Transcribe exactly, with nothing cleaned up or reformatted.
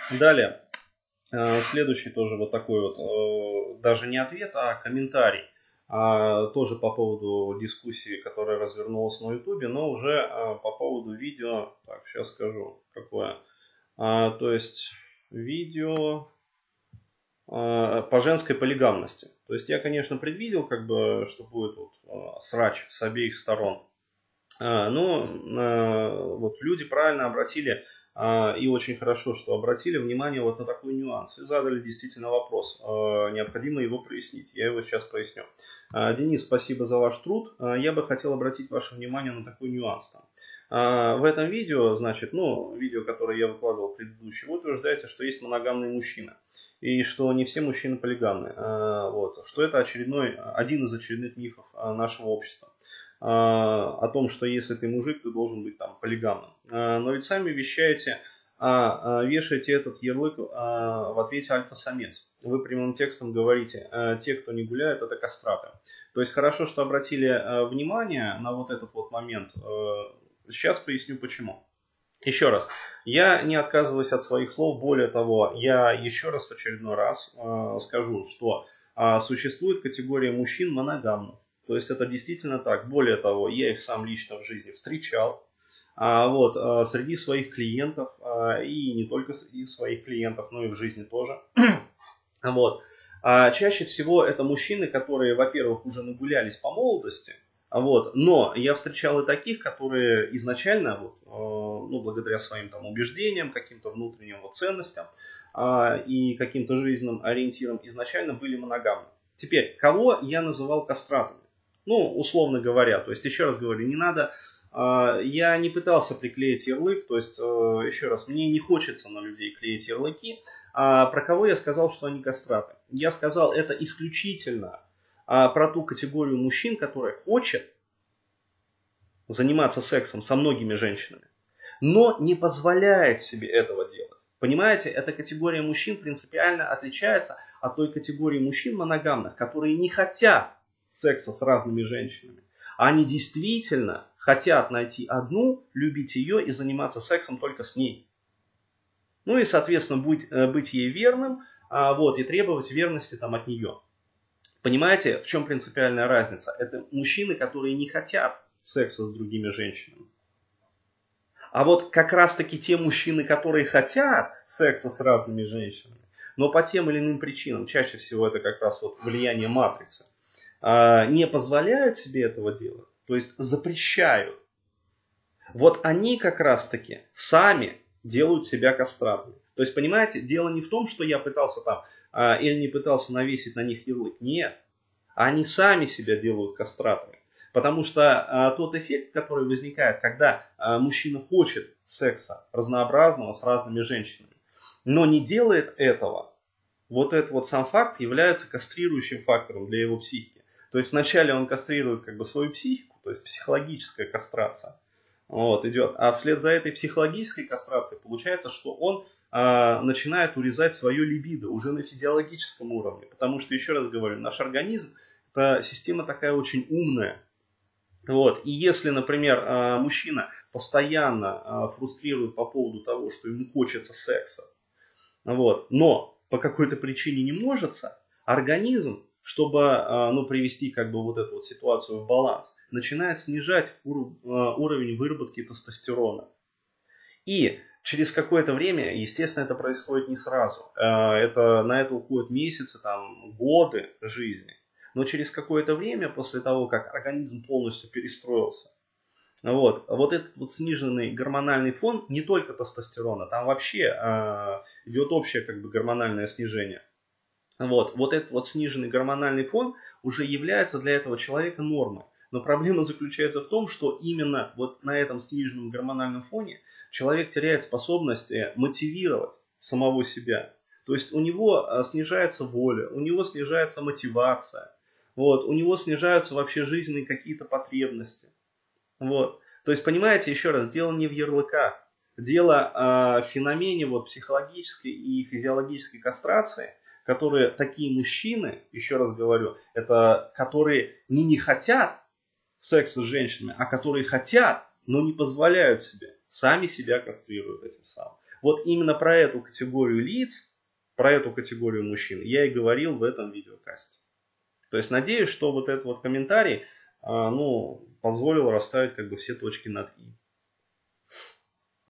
Далее. Следующий тоже вот такой вот, даже не ответ, а комментарий. Тоже по поводу дискуссии, которая развернулась на ютубе, но уже по поводу видео. Так, сейчас скажу, какое. То есть видео по женской полигамности. То есть я, конечно, предвидел, как бы, что будет вот срач с обеих сторон. Но вот люди правильно обратили, и очень хорошо, что обратили внимание вот на такой нюанс. И задали действительно вопрос. Необходимо его прояснить. Я его сейчас проясню. Денис, спасибо за ваш труд. Я бы хотел обратить ваше внимание на такой нюанс. В этом видео, значит, ну, видео, которое я выкладывал предыдущее, вы утверждаете, что есть моногамный мужчина. И что не все мужчины полигамны. Вот. Что это очередной, один из очередных мифов нашего общества. О том, что если ты мужик, ты должен быть там полигамным. Но ведь сами вещаете, а вешаете этот ярлык в ответе альфа-самец. Вы прямым текстом говорите, те, кто не гуляет, это кастраты. То есть хорошо, что обратили внимание на вот этот вот момент. Сейчас поясню почему. Еще раз, я не отказываюсь от своих слов, более того, я еще раз в очередной раз скажу, что существует категория мужчин моногамных. То есть это действительно так. Более того, я их сам лично в жизни встречал. А вот, а, среди своих клиентов, а, и не только среди своих клиентов, но и в жизни тоже. Вот. А чаще всего это мужчины, которые, во-первых, уже нагулялись по молодости. Вот. Но я встречал и таких, которые изначально, вот, ну, благодаря своим там, убеждениям, каким-то внутренним вот, ценностям а, и каким-то жизненным ориентирам изначально были моногамны. Теперь, кого я называл кастратами? Ну, условно говоря, то есть, еще раз говорю, не надо, э, я не пытался приклеить ярлык, то есть, э, еще раз, мне не хочется на людей клеить ярлыки, а про кого я сказал, что они кастраты? Я сказал, это исключительно э, про ту категорию мужчин, которая хочет заниматься сексом со многими женщинами, но не позволяет себе этого делать. Понимаете, эта категория мужчин принципиально отличается от той категории мужчин моногамных, которые не хотят секса с разными женщинами. Они действительно хотят найти одну, любить ее и заниматься сексом только с ней. Ну и, соответственно, быть, быть ей верным, а, вот, и требовать верности там, от нее. Понимаете, в чем принципиальная разница? Это мужчины, которые не хотят секса с другими женщинами. А вот как раз-таки те мужчины, которые хотят секса с разными женщинами, но по тем или иным причинам, чаще всего это как раз вот влияние матрицы, не позволяют себе этого делать, то есть запрещают. Вот они как раз-таки сами делают себя кастратами. То есть, понимаете, дело не в том, что я пытался там или не пытался навесить на них ярлык. Нет, они сами себя делают кастратами. Потому что тот эффект, который возникает, когда мужчина хочет секса разнообразного с разными женщинами, но не делает этого, вот этот вот сам факт является кастрирующим фактором для его психики. То есть вначале он кастрирует как бы свою психику, то есть психологическая кастрация вот, идет. А вслед за этой психологической кастрацией получается, что он э, начинает урезать свое либидо уже на физиологическом уровне. Потому что, еще раз говорю, наш организм – это система такая очень умная. Вот. И если, например, э, мужчина постоянно э, фрустрирует по поводу того, что ему хочется секса, вот, но по какой-то причине не может, организм, чтобы ну, привести как бы вот эту вот ситуацию в баланс, начинает снижать ур- уровень выработки тестостерона. И через какое-то время, естественно, это происходит не сразу. Это, на это уходят месяцы, там, годы жизни. Но через какое-то время, после того, как организм полностью перестроился, вот, вот этот вот сниженный гормональный фон, не только тестостерона, там вообще э, идет общее как бы гормональное снижение. Вот, вот этот вот сниженный гормональный фон уже является для этого человека нормой. Но проблема заключается в том, что именно вот на этом сниженном гормональном фоне человек теряет способность мотивировать самого себя. То есть у него снижается воля, у него снижается мотивация, вот, у него снижаются вообще жизненные какие-то потребности. Вот. То есть, понимаете, еще раз, дело не в ярлыках. Дело э, в феномене вот, психологической и физиологической кастрации, которые такие мужчины, еще раз говорю, это которые не не хотят секса с женщинами, а которые хотят, но не позволяют себе, сами себя кастрируют этим самым. Вот именно про эту категорию лиц, про эту категорию мужчин я и говорил в этом видеокасте. То есть надеюсь, что вот этот вот комментарий, ну, позволил расставить как бы все точки над «и».